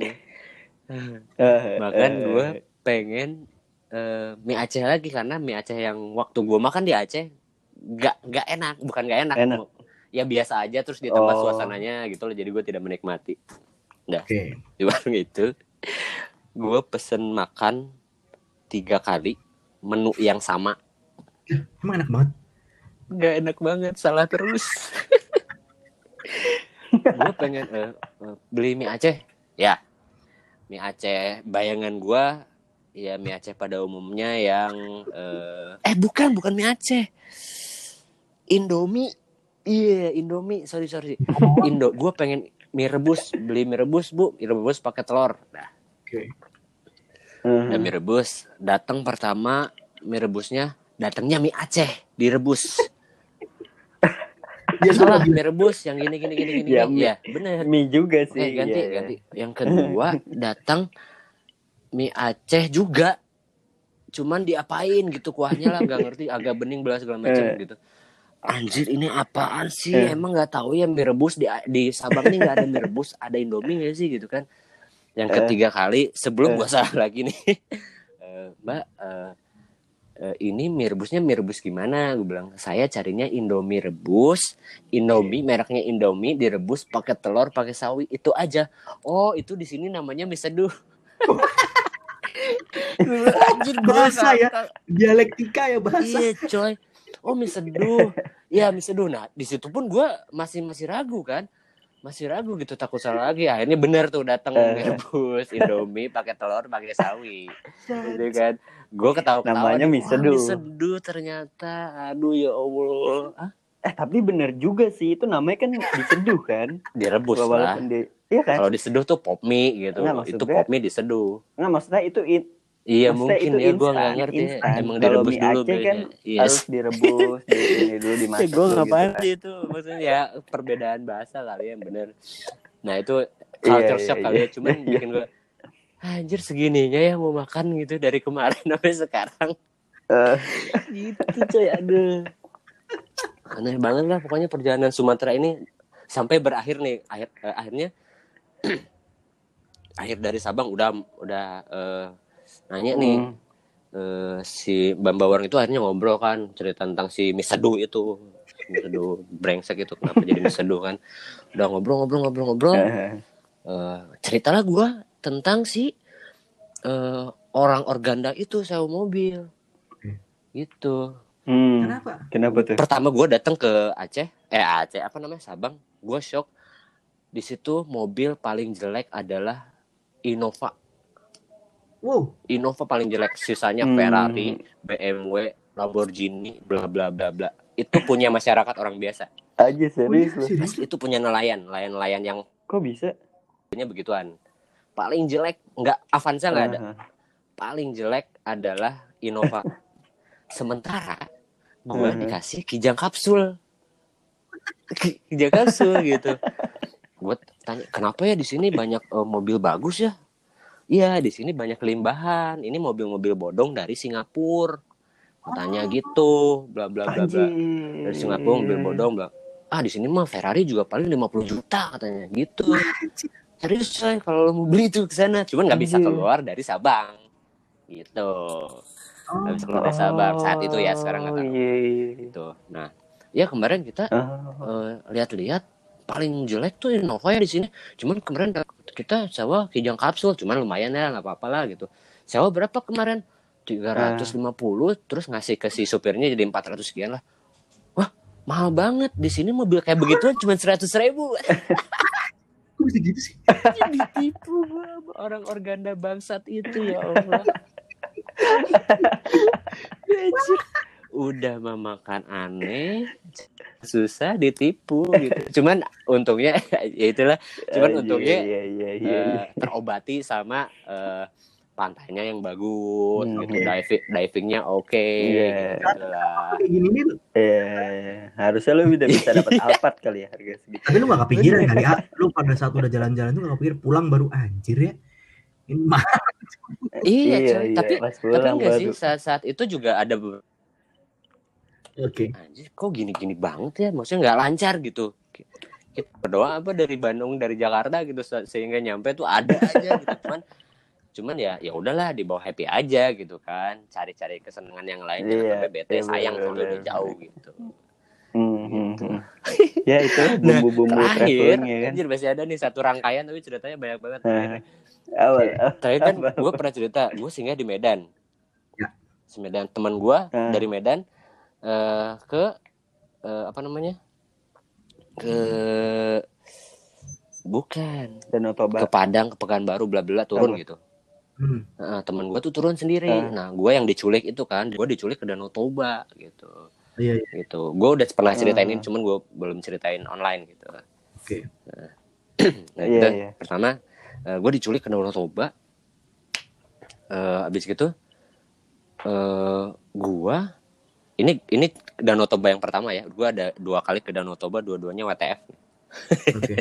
makan gue pengen mie Aceh lagi, karena mie Aceh yang waktu gue makan di Aceh nggak enak, bukan nggak enak ya biasa aja, terus ditambah suasananya gitu loh, jadi gue tidak menikmati. Di warung itu gue pesen makan 3 kali menu yang sama. Emang enak banget? Nggak enak banget, salah terus. Gue pengen beli mie Aceh. Ya, mie Aceh bayangan gue ya mie Aceh pada umumnya yang bukan mie Aceh, Indomie. Iya, Indomie. Sorry. Gue pengen beli mie rebus bu, mie rebus pakai telur. Nah, mie rebus datang pertama, mie rebusnya datangnya mie Aceh direbus. Salah, mie rebus yang gini. Ya, bener. Mie juga sih. Ganti. Yang kedua datang mie Aceh juga, cuman diapain gitu kuahnya lah, nggak ngerti, agak bening belas segala macam gitu. Anjir, ini apaan sih? Emang nggak tahu ya mie rebus di Sabang nih nggak ada mie rebus, ada Indomie nggak sih gitu kan? Yang ketiga kali sebelum gua salah lagi nih, Mbak. Ini mie rebus gimana? Gue bilang, saya carinya Indomie rebus, mereknya Indomie direbus pakai telur, pakai sawi, itu aja. Oh, itu di sini namanya mie seduh. Anjir, bahasa ya, dialektika ya bahasa. Iya coy. Oh, mie seduh. Ya mie seduh. Nah di situ pun gue masih ragu kan. Masih ragu gitu, takut salah lagi. Akhirnya benar tuh datang mie rebus Indomie pakai telur pakai sawi. Gitu kan. Gue ketawa-ketawa. Namanya mie seduh. Mie seduh ternyata. Aduh ya Allah. Tapi benar juga sih, itu namanya kan diseduh kan. Direbus lah. Iya kan? Kalau diseduh tuh pop mie gitu. Itu pop mie diseduh. Nggak, maksudnya itu iya mungkin ya, gue nggak ngerti ya. Emang direbus dulu kan harus direbus ini dulu dimasak. Gue nggak paham sih itu, maksudnya ya perbedaan bahasa kali ya, bener. Nah itu culture shock kali ya, cuman bikin gue anjir segininya ya mau makan gitu dari kemarin sampai sekarang. Gitu coy, aduh. Aneh banget lah pokoknya perjalanan Sumatera ini sampai berakhir nih, akhirnya akhir dari Sabang udah nanya nih si Bamba Warung itu akhirnya ngobrol kan, cerita tentang si mie seduh itu, mie seduh brengsek itu kenapa jadi mie seduh kan. Udah ngobrol ceritalah gue tentang si orang organda itu sewa mobil gitu. Kenapa tuh? Pertama gue datang ke Sabang, gue shock. Di situ mobil paling jelek adalah Innova. Wow. Innova paling jelek, sisanya Ferrari, BMW, Lamborghini, bla bla bla bla. Itu punya masyarakat orang biasa. Aja serius Oh, iya? Itu punya nelayan yang kok bisa? punya begituan. Paling jelek nggak Avanza nggak ada. Paling jelek adalah Innova. Sementara gue dikasih Kijang kapsul. Kijang kapsul gitu. Gue tanya, kenapa ya di sini banyak mobil bagus ya? Iya, di sini banyak limpahan. Ini mobil-mobil bodong dari Singapura. Katanya gitu, bla bla bla bla. Dari Singapura mobil bodong, bla. Di sini mah Ferrari juga paling 50 juta katanya gitu. Serius coy, kalau mau beli tuh ke sana, cuman enggak bisa keluar dari Sabang. Gitu. Enggak bisa keluar dari Sabang saat itu ya, sekarang enggak tahu. Gitu. Nah, ya kemarin kita lihat-lihat paling jelek tuh Innova ya di sini. Cuman kemarin kita sewa Kijang kapsul, cuman lumayan ya, nggak apa-apa lah gitu. Sewa berapa kemarin? 350, terus ngasih ke si supirnya jadi 400 sekian lah. Wah, mahal banget. Di sini mobil kayak begituan cuma 100.000. Kok bisa gitu sih? Ditipu orang organda bangsat itu, ya Allah. Udah memakan aneh, susah ditipu gitu. Cuman untungnya ya itulah. Cuman untungnya terobati sama pantainya yang bagus gitu. Divingnya oke. Gitu lah. Gini nih. Harusnya lu udah bisa dapat Alphard kali ya harga segitu. Tapi lu gak kepikiran kali ya? Lu pada saat udah jalan-jalan tuh gak kepikir pulang baru anjir ya? Ini mahal. Iya, tapi enggak sih, saat itu juga ada anjir, kok gini-gini banget ya, maksudnya nggak lancar gitu. Kita berdoa apa dari Bandung, dari Jakarta gitu, sehingga nyampe tuh ada aja gitu. Cuman ya udahlah, dibawa happy aja gitu kan, cari-cari kesenangan yang lain, jangan sampai bete, sayang soalnya udah jauh gitu. Gitu. Ya itu bumbu-bumbu travelingnya kan. Anjir, masih ada nih satu rangkaian tapi ceritanya banyak banget. Terakhir kan gue pernah cerita, gue singgah di Medan. Medan, teman gue dari Medan ke Danau Toba, ke Padang, ke Pekanbaru, bla bla turun gitu. Teman gue tuh turun sendiri. Nah, gue yang diculik itu kan, gue diculik ke Danau Toba gitu. Iya. Gitu. Gue udah pernah ceritain ini, cuman gue belum ceritain online gitu. Oke. Nah, pertama gue diculik ke Danau Toba. Abis gitu gue ini Danau Toba yang pertama ya. Gue ada 2 kali ke Danau Toba, dua-duanya WTF. Oke.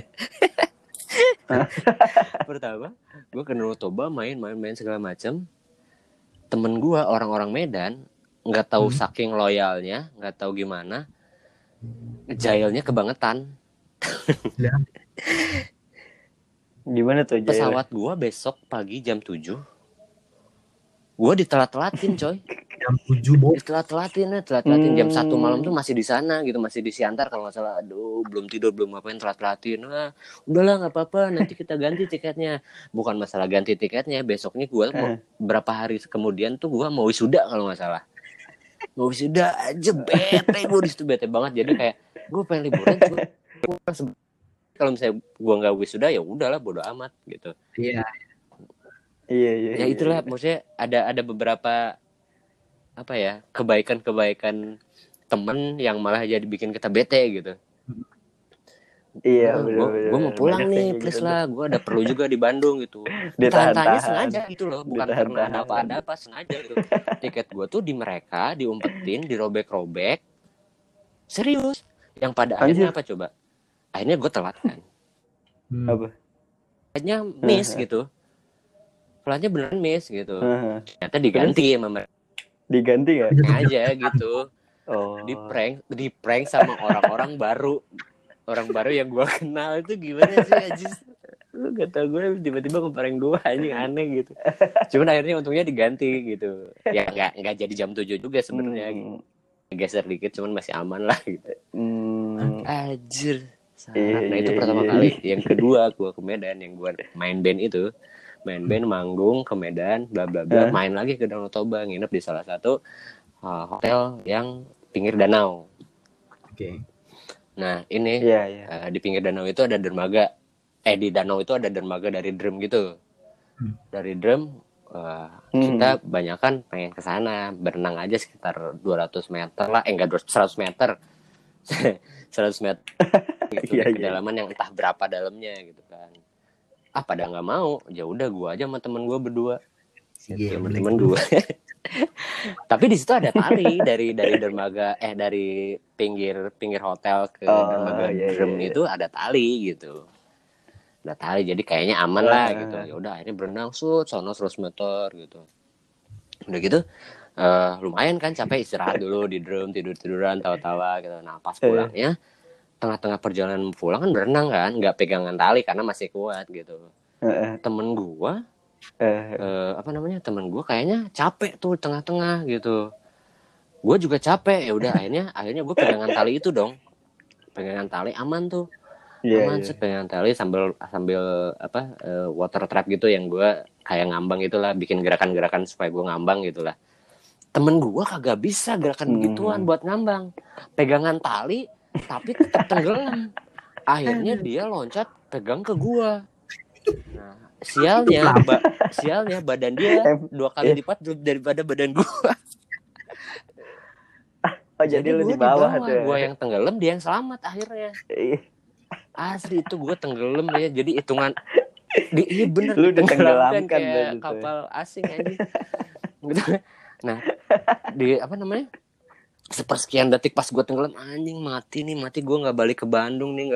Pertama, gue ke Danau Toba main segala macam. Temen gue orang-orang Medan nggak tahu saking loyalnya, nggak tahu gimana, jailnya kebangetan. Gimana tuh jailnya? Pesawat gue besok pagi jam 7, gue ditelat-telatin coy. Jam 7 bos. Ditelat-telatin jam 1 malam tuh masih di sana gitu, masih di Siantar kalau nggak salah. Aduh, belum tidur, belum ngapain, telat-telatin. Udahlah nggak apa-apa, nanti kita ganti tiketnya. Bukan masalah ganti tiketnya, besoknya gue mau berapa hari kemudian tuh gue mau wisuda kalau nggak salah. Mau wisuda aja bete, gue disitu bete banget. Jadi kayak gue pengen liburan, kalau misalnya gue nggak wisuda ya udahlah, bodo amat gitu. Iya. Ya itulah, maksudnya ada beberapa apa ya, kebaikan teman yang malah jadi bikin kita bete gitu. Iya, gue mau pulang nih, please gitu lah. Gue ada perlu juga di Bandung gitu. Ditahan-tahan sengaja gitu loh, bukan karena ada apa-apa, sengaja gitu. Tiket gue tuh di mereka diumpetin, dirobek-robek. Serius. Yang pada akhirnya apa coba? Akhirnya gue telat kan. Apa? Akhirnya miss gitu. Flightnya beneran miss gitu. Ternyata diganti sama mereka. Diganti gak? Aja gitu. Di prank sama orang-orang baru. Orang baru yang gue kenal itu gimana sih Ajis? Lu gak tau, gue tiba-tiba nge-prank gue, aneh gitu. Cuman akhirnya untungnya diganti gitu. Ya gak jadi jam 7 juga sebenarnya gitu. Geser dikit cuman masih aman lah gitu. Anjir. Nah itu pertama kali. Yang kedua gue ke Medan, yang gue main band itu. Main band, manggung ke Medan, bla bla bla, main lagi ke Danau Toba, nginep di salah satu hotel yang pinggir danau. Oke. Nah ini di pinggir danau itu ada dermaga. Di danau itu ada dermaga dari drum gitu. Dari drum kita banyakan pengen ke sana, berenang aja sekitar 200 meter lah, enggak 100 meter. 100 meter gitu, kedalaman yang entah berapa dalamnya gitu kan. Pada nggak mau, ya udah gue aja sama temen gue berdua, sama temen gue. Tapi di situ ada tali dari dermaga dari pinggir hotel ke dermaga Drum itu ada tali gitu. Ada tali, jadi kayaknya aman lah gitu. Ya udah akhirnya berenang sono 100 meter gitu. Udah gitu lumayan kan, capek, istirahat dulu di Drum, tiduran tawa-tawa gitu. Nah pas pulangnya tengah-tengah perjalanan pulang kan berenang kan, nggak pegangan tali karena masih kuat gitu. Temen gua temen gua kayaknya capek tuh tengah-tengah gitu. Gua juga capek, ya udah akhirnya gua pegangan tali itu dong. Pegangan tali aman tuh. Aman sih pegangan tali sambil water trap gitu yang gua kayak ngambang gitulah, bikin gerakan-gerakan supaya gua ngambang gitulah. Temen gua kagak bisa gerakan begituan buat ngambang. Pegangan tali tapi tetap tenggelam. Akhirnya dia loncat pegang ke gua. Nah, sialnya badan dia 2 kali lipat daripada badan gua. Jadi lu di bawah tuh. Gua yang tenggelam, dia yang selamat akhirnya. Asli itu gua tenggelam ya. Jadi hitungan iya bener, lu ditenggelamkan kayak kapal asing aja. Gitu. Nah, sepersekian detik pas gue tenggelam, anjing mati gue nggak balik ke Bandung gitu,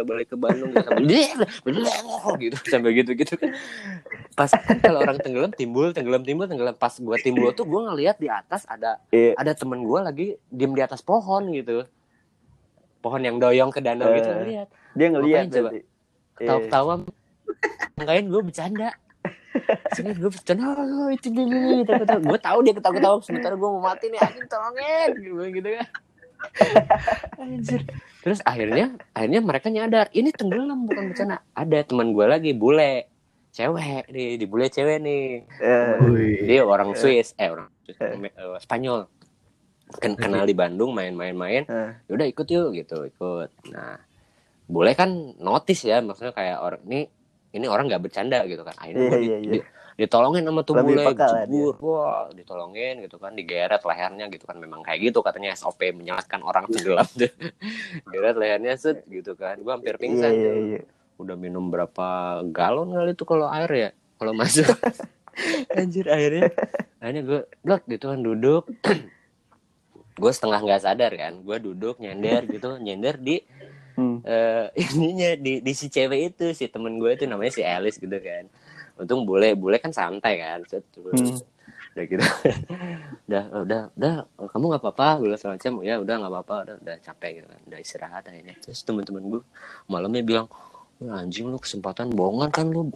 sampai gitu kan. Pas kan kalau orang tenggelam pas gue timbul tuh gue ngelihat di atas ada temen gue lagi diem di atas pohon gitu, pohon yang doyong ke danau gitu. Ngelihat coba ketawa ngapain gue bercanda. Sebenernya gue bercanda, itu begini, gue tahu dia ketawa-ketawa, sementara gue mau mati nih, anjing tolongin, gitu kan. Anjir. Terus akhirnya mereka nyadar, ini tenggelam bukan bercanda. Ada teman gue lagi, bule, cewek nih, bule cewek nih. Dia orang Swiss, Spanyol. Kenal di Bandung, main-main. Yaudah ikut yuk gitu, ikut. Nah, bule kan notice ya, maksudnya kayak orang ini orang nggak bercanda gitu kan. Akhirnya ditolongin sama tuh bule, jebur, wah ditolongin gitu kan, digeret lehernya gitu kan. Memang kayak gitu katanya SOP menyelamatkan orang tenggelam tuh. Geret lehernya gitu kan. Gue hampir pingsan. Udah minum berapa galon kali itu kalau air ya, kalau masuk. Anjir, akhirnya gue gitu kan duduk. Gue setengah nggak sadar kan, gue duduk nyender di ininya di si cewek itu, si temen gue itu namanya si Alice gitu kan. Untung bule kan santai kan. Udah gitu. udah kamu nggak apa-apa, gue semacam ya udah nggak apa-apa, udah capek gitu kan, udah istirahat akhirnya. Terus teman-teman gue malamnya bilang, anjing lu kesempatan bohongan kan lu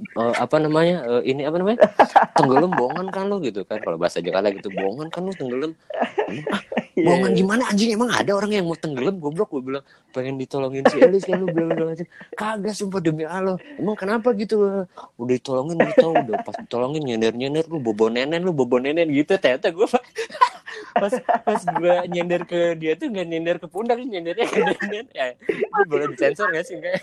tenggelam bohongan kan lu gitu kan, kalau bahasa Jakarta gitu, bohongan kan lu tenggelam. Bohongan gimana anjing, emang ada orang yang mau tenggelam, goblok. Gue bilang pengen ditolongin si Elis kan, lu bilang kagak, sumpah demi Allah. Emang kenapa gitu? Udah ditolongin gitu, udah pas ditolongin nyender lu bobo nenen gitu. Ternyata gue pas gue nyender ke dia tuh nggak nyender ke pundak, nyendernya ke nenen. Ya, gue boleh disensor nggak sih kayak?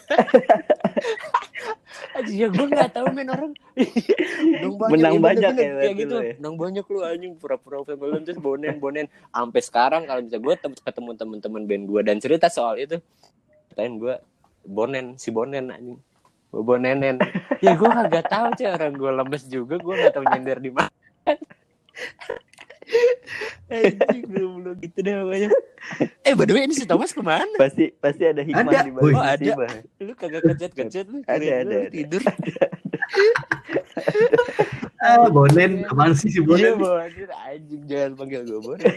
Anjing ya, gue nggak tahu men, orang menang banyak kayak gitu. Menang banyak lu anjing, pura-pura tenggelam terus bonen. Sampai sekarang kalau bisa gue ketemu teman-teman band gue dan cerita soal itu, katain gue si bonen anjing, bonenen. Ya gue kagak tahu sih, orang gue lemes juga, gue nggak tahu nyender di mana. Anjing belum gitu deh pokoknya. By the way ini si Thomas kemana? Pasti ada hikmah di balik. Ada. Lu kagak kejet lu. Ada. Tidur. Bonen, apaan sih si Bonen? Iya, Bonen, anjing, jangan panggil gue Bonen.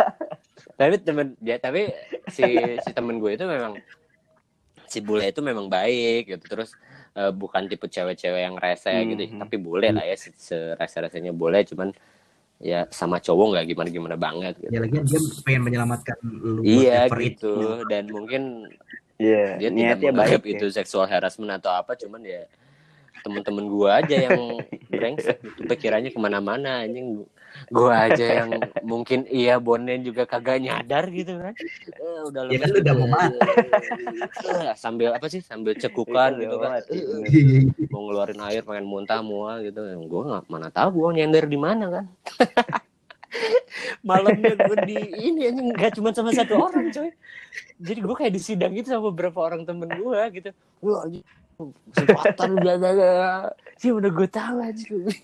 Tapi si temen gue itu memang, si bule itu memang baik gitu. Terus bukan tipe cewek-cewek yang rese gitu, tapi bule lah ya, serese-resenya bule, cuman ya sama cowok nggak gimana banget gitu. Ya lagi dia pengen menyelamatkan lu. Iya gitu, dan mungkin dia tidak menganggap itu seksual harassment atau apa, cuman ya temen-temen gue aja yang brengsek gitu, pikirannya kemana-mana anjing. Gue aja yang mungkin iya bonen juga kagak nyadar gitu kan. Udah lemes ya kan lu udah mau mati. sambil apa sih, sambil cekukan gitu kan, mau ngeluarin air pengen muntah mual gitu. Gue nggak, mana tahu gue nyender di mana kan. Malamnya gue di ini anjing, nggak cuma sama satu orang coy, jadi gue kayak di sidang gitu sama beberapa orang temen gue gitu. Wah kesempatan bla sih udah gue tahu aja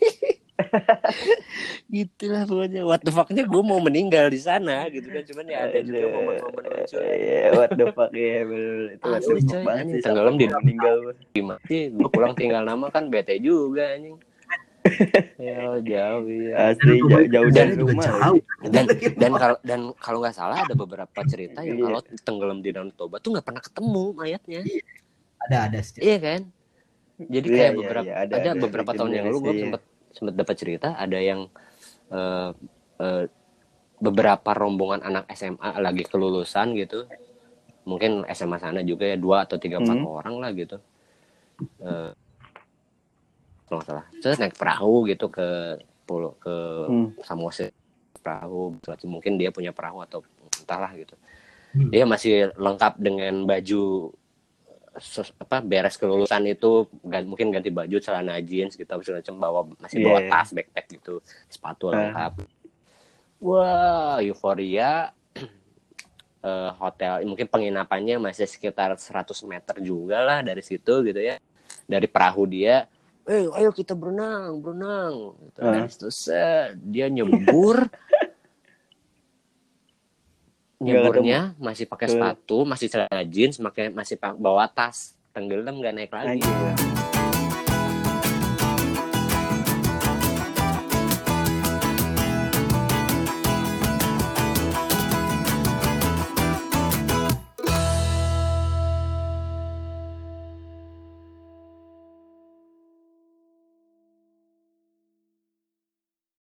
gitulah pokoknya. What the fuck-nya gue mau meninggal di sana gitu kan, cuman ya ada juga momen-momen lucu. What the fuck ya, itu what the fuck banget sih, tenggelam di meninggal gimana sih. Gue pulang tinggal nama kan bete juga anjing. Ya jauh ya. Asli jauh dari rumah jauh. Dan kalau nggak salah ada beberapa cerita yang kalau tenggelam di Danau Toba tuh nggak pernah ketemu mayatnya. Ada iya kan, jadi kayak beberapa tahun yang lalu gue sempat dapat cerita ada yang beberapa rombongan anak SMA lagi kelulusan gitu, mungkin SMA sana juga ya, 2 atau 3 4 orang lah gitu, kalau nggak salah, terus naik perahu gitu ke pulau ke Samosir, perahu mungkin dia punya perahu atau entahlah gitu. Dia masih lengkap dengan baju beres kelulusan itu, mungkin ganti baju, celana jeans gitu, masih bawa tas, backpack gitu, sepatu lengkap. Wah, euforia. Hotel mungkin penginapannya masih sekitar 100 meter juga lah dari situ gitu ya, dari perahu dia. Ayo kita berenang gitu. Terus dia nyeburnya masih pakai sepatu, masih celana jeans, masih bawa tas, tenggelam nggak naik lagi.